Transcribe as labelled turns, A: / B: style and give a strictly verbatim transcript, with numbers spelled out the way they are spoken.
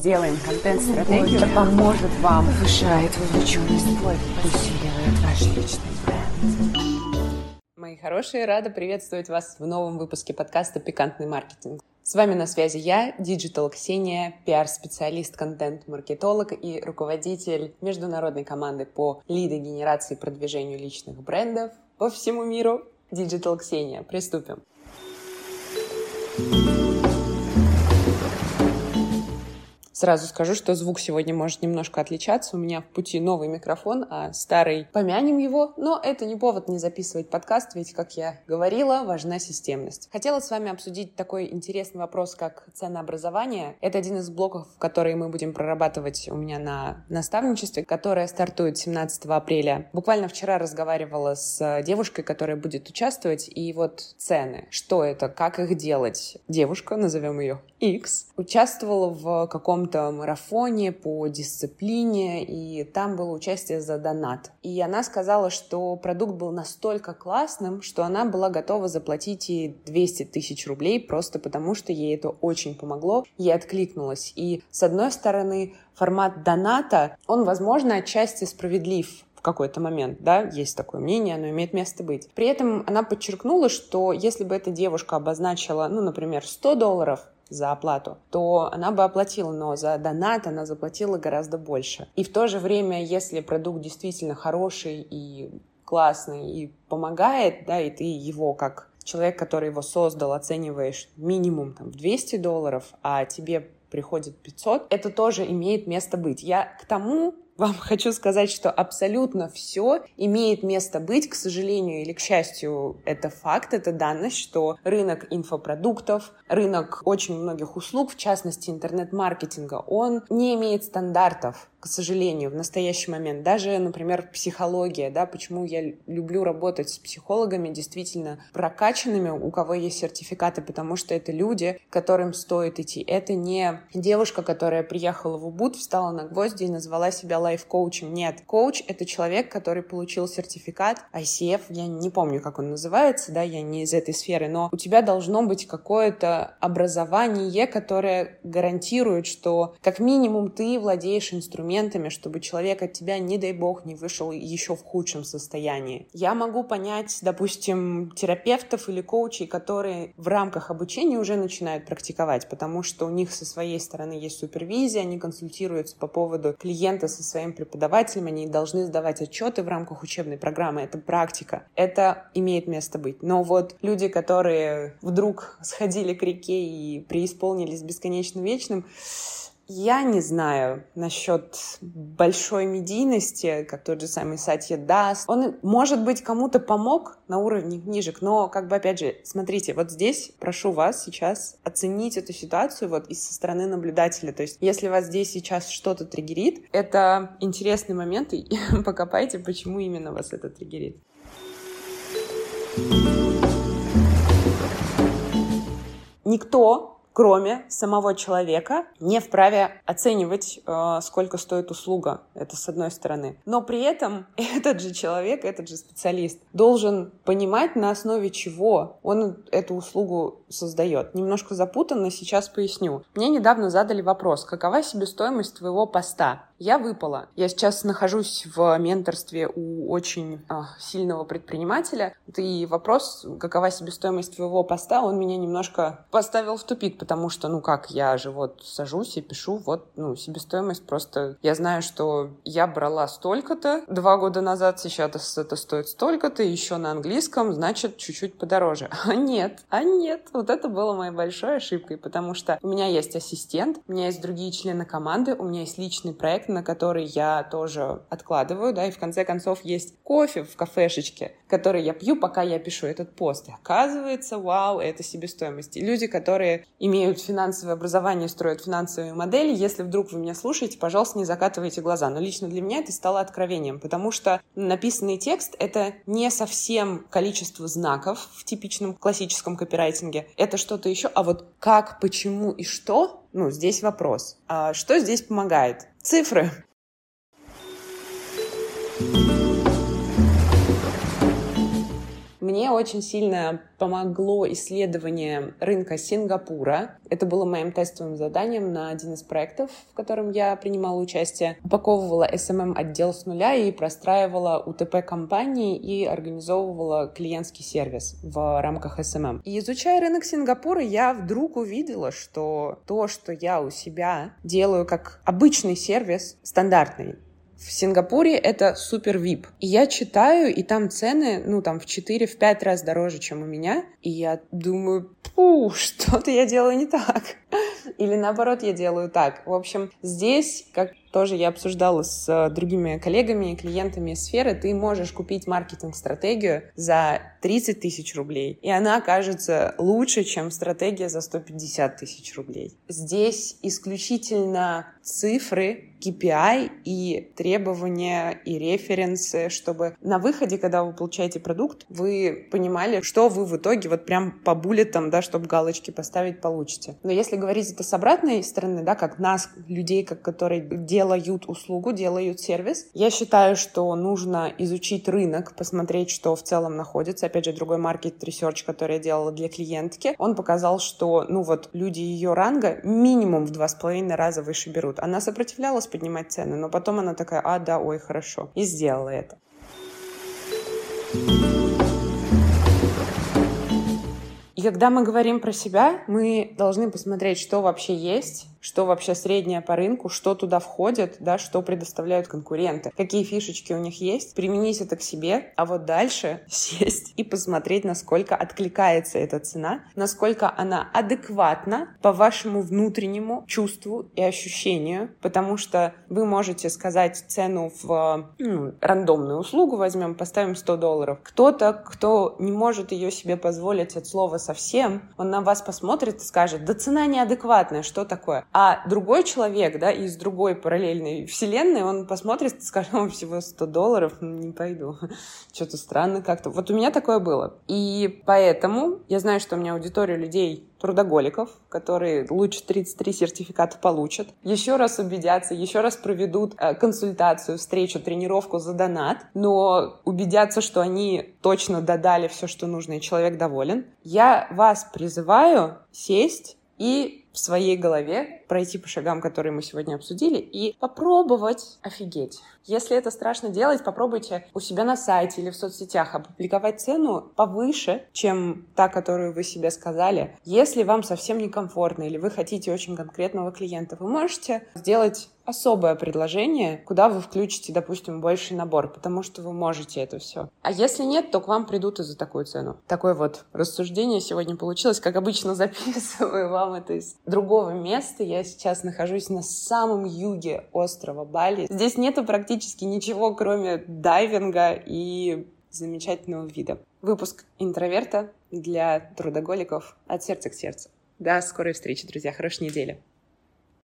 A: Делаем контент-стратегию, это поможет вам, повышает вовлеченность, усиливает ваш личный бренд. Мои хорошие, рада приветствовать вас в новом выпуске подкаста «Пикантный маркетинг». С вами на связи я, Digital Ксения, пиар-специалист, контент-маркетолог и руководитель международной команды по лидогенерации и продвижению личных брендов по всему миру. Digital Ксения. Приступим. Сразу скажу, что звук сегодня может немножко отличаться. У меня в пути новый микрофон, а старый помянем его. Но это не повод не записывать подкаст, ведь, как я говорила, важна системность. Хотела с вами обсудить такой интересный вопрос, как ценообразование. Это один из блоков, которые мы будем прорабатывать у меня на наставничестве, которое стартует семнадцатого апреля. Буквально вчера разговаривала с девушкой, которая будет участвовать, и вот цены. Что это, как их делать? Девушка, назовем ее X, участвовала в каком-то марафоне по дисциплине, и там было участие за донат. И она сказала, что продукт был настолько классным, что она была готова заплатить ей двести тысяч рублей просто потому, что ей это очень помогло, ей откликнулось. И с одной стороны, формат доната, он, возможно, отчасти справедлив в какой-то момент, да, есть такое мнение, оно имеет место быть. При этом она подчеркнула, что если бы эта девушка обозначила, ну, например, сто долларов за оплату, то она бы оплатила, но за донат она заплатила гораздо больше. И в то же время, если продукт действительно хороший и классный и помогает, да, и ты его как человек, который его создал, оцениваешь минимум там, в двести долларов, а тебе приходит пятьсот, это тоже имеет место быть. Я к тому вам хочу сказать, что абсолютно все имеет место быть, к сожалению или к счастью, это факт, это данность, что рынок инфопродуктов, рынок очень многих услуг, в частности интернет-маркетинга, он не имеет стандартов, к сожалению, в настоящий момент. Даже, например, психология, да, почему я люблю работать с психологами действительно прокачанными, у кого есть сертификаты, потому что это люди, которым стоит идти. Это не девушка, которая приехала в Убуд, встала на гвозди и назвала себя лайф-коучем. Нет. Коуч — это человек, который получил сертификат ай си эф, я не помню, как он называется, да, я не из этой сферы, но у тебя должно быть какое-то образование, которое гарантирует, что как минимум ты владеешь инструментами, чтобы человек от тебя, не дай бог, не вышел еще в худшем состоянии. Я могу понять, допустим, терапевтов или коучей, которые в рамках обучения уже начинают практиковать, потому что у них со своей стороны есть супервизия, они консультируются по поводу клиента со своим преподавателем, они должны сдавать отчеты в рамках учебной программы. Это практика. Это имеет место быть. Но вот люди, которые вдруг сходили к реке и преисполнились бесконечно вечным, я не знаю насчет большой медийности, как тот же самый Сатья Дас. Он, может быть, кому-то помог на уровне книжек, но, как бы, опять же, смотрите, вот здесь прошу вас сейчас оценить эту ситуацию вот и со стороны наблюдателя. То есть, если вас здесь сейчас что-то триггерит, это интересный момент, и покопайте, почему именно вас это триггерит. Никто, кроме самого человека, не вправе оценивать, э, сколько стоит услуга. Это с одной стороны. Но при этом этот же человек, этот же специалист должен понимать, на основе чего он эту услугу создает. Немножко запутанно, сейчас поясню. Мне недавно задали вопрос, какова себестоимость твоего поста? Я выпала. Я сейчас нахожусь в менторстве у очень э, сильного предпринимателя. И вопрос, какова себестоимость твоего поста, он меня немножко поставил в тупик, потому что, ну как, я же вот сажусь и пишу, вот, ну, себестоимость просто... Я знаю, что я брала столько-то два года назад, сейчас это стоит столько-то, еще на английском, значит, чуть-чуть подороже. А нет, а нет, вот это было моей большой ошибкой, потому что у меня есть ассистент, у меня есть другие члены команды, у меня есть личный проект, на который я тоже откладываю, да, и в конце концов есть кофе в кафешечке, который я пью, пока я пишу этот пост. И оказывается, вау, это себестоимость. И люди, которые имеют финансовое образование, строят финансовые модели, если вдруг вы меня слушаете, пожалуйста, не закатывайте глаза. Но лично для меня это стало откровением, потому что написанный текст — это не совсем количество знаков в типичном классическом копирайтинге, это что-то еще, а вот как, почему и что, ну, здесь вопрос. А что здесь помогает? Цифры. Мне очень сильно помогло исследование рынка Сингапура. Это было моим тестовым заданием на один из проектов, в котором я принимала участие. Упаковывала эс эм эм-отдел с нуля и простраивала у тэ пэ-компании и организовывала клиентский сервис в рамках эс эм эм. И изучая рынок Сингапура, я вдруг увидела, что то, что я у себя делаю как обычный сервис, стандартный, в Сингапуре это супер ви ай пи. И я читаю, и там цены, ну, там в четыре-пять раз дороже, чем у меня. И я думаю, пу, что-то я делаю не так. Или наоборот, я делаю так. В общем, здесь, как тоже я обсуждала с другими коллегами и клиентами из сферы, ты можешь купить маркетинг-стратегию за тридцать тысяч рублей, и она окажется лучше, чем стратегия за сто пятьдесят тысяч рублей. Здесь исключительно цифры, кей пи ай и требования и референсы, чтобы на выходе, когда вы получаете продукт, вы понимали, что вы в итоге вот прям по буллетам, да, чтобы галочки поставить, получите. Но если говорить это с обратной стороны, да, как нас, людей, как, которые делают услугу, делают сервис, я считаю, что нужно изучить рынок, посмотреть, что в целом находится. Опять же, другой маркет-ресерч, который я делала для клиентки, он показал, что, ну вот, люди ее ранга минимум в два с половиной раза выше берут. Она сопротивлялась поднимать цены, но потом она такая, а, да, ой, хорошо, и сделала это. И когда мы говорим про себя, мы должны посмотреть, что вообще есть, что вообще среднее по рынку, что туда входит, да, что предоставляют конкуренты, какие фишечки у них есть, применить это к себе, а вот дальше сесть и посмотреть, насколько откликается эта цена, насколько она адекватна по вашему внутреннему чувству и ощущению, потому что вы можете сказать цену в ну, рандомную услугу, возьмем, поставим сто долларов. Кто-то, кто не может ее себе позволить от слова совсем, он на вас посмотрит и скажет, да цена неадекватная, что такое? А другой человек, да, из другой параллельной вселенной, он посмотрит и скажет, о, всего сто долларов, не пойду. Что-то странно как-то. Вот у меня такое было. И поэтому я знаю, что у меня аудитория людей, трудоголиков, которые лучше тридцать три сертификата получат, еще раз убедятся, еще раз проведут э, консультацию, встречу, тренировку за донат, но убедятся, что они точно додали все, что нужно, и человек доволен. Я вас призываю сесть и в своей голове пройти по шагам, которые мы сегодня обсудили, и попробовать офигеть. Если это страшно делать, попробуйте у себя на сайте или в соцсетях опубликовать цену повыше, чем та, которую вы себе сказали. Если вам совсем некомфортно или вы хотите очень конкретного клиента, вы можете сделать особое предложение, куда вы включите, допустим, больший набор, потому что вы можете это все. А если нет, то к вам придут и за такую цену. Такое вот рассуждение сегодня получилось. Как обычно, записываю вам это из другого места. Я сейчас нахожусь на самом юге острова Бали. Здесь нету практически ничего, кроме дайвинга и замечательного вида. Выпуск «Интроверта» для трудоголиков от сердца к сердцу. До скорой встречи, друзья. Хорошей недели.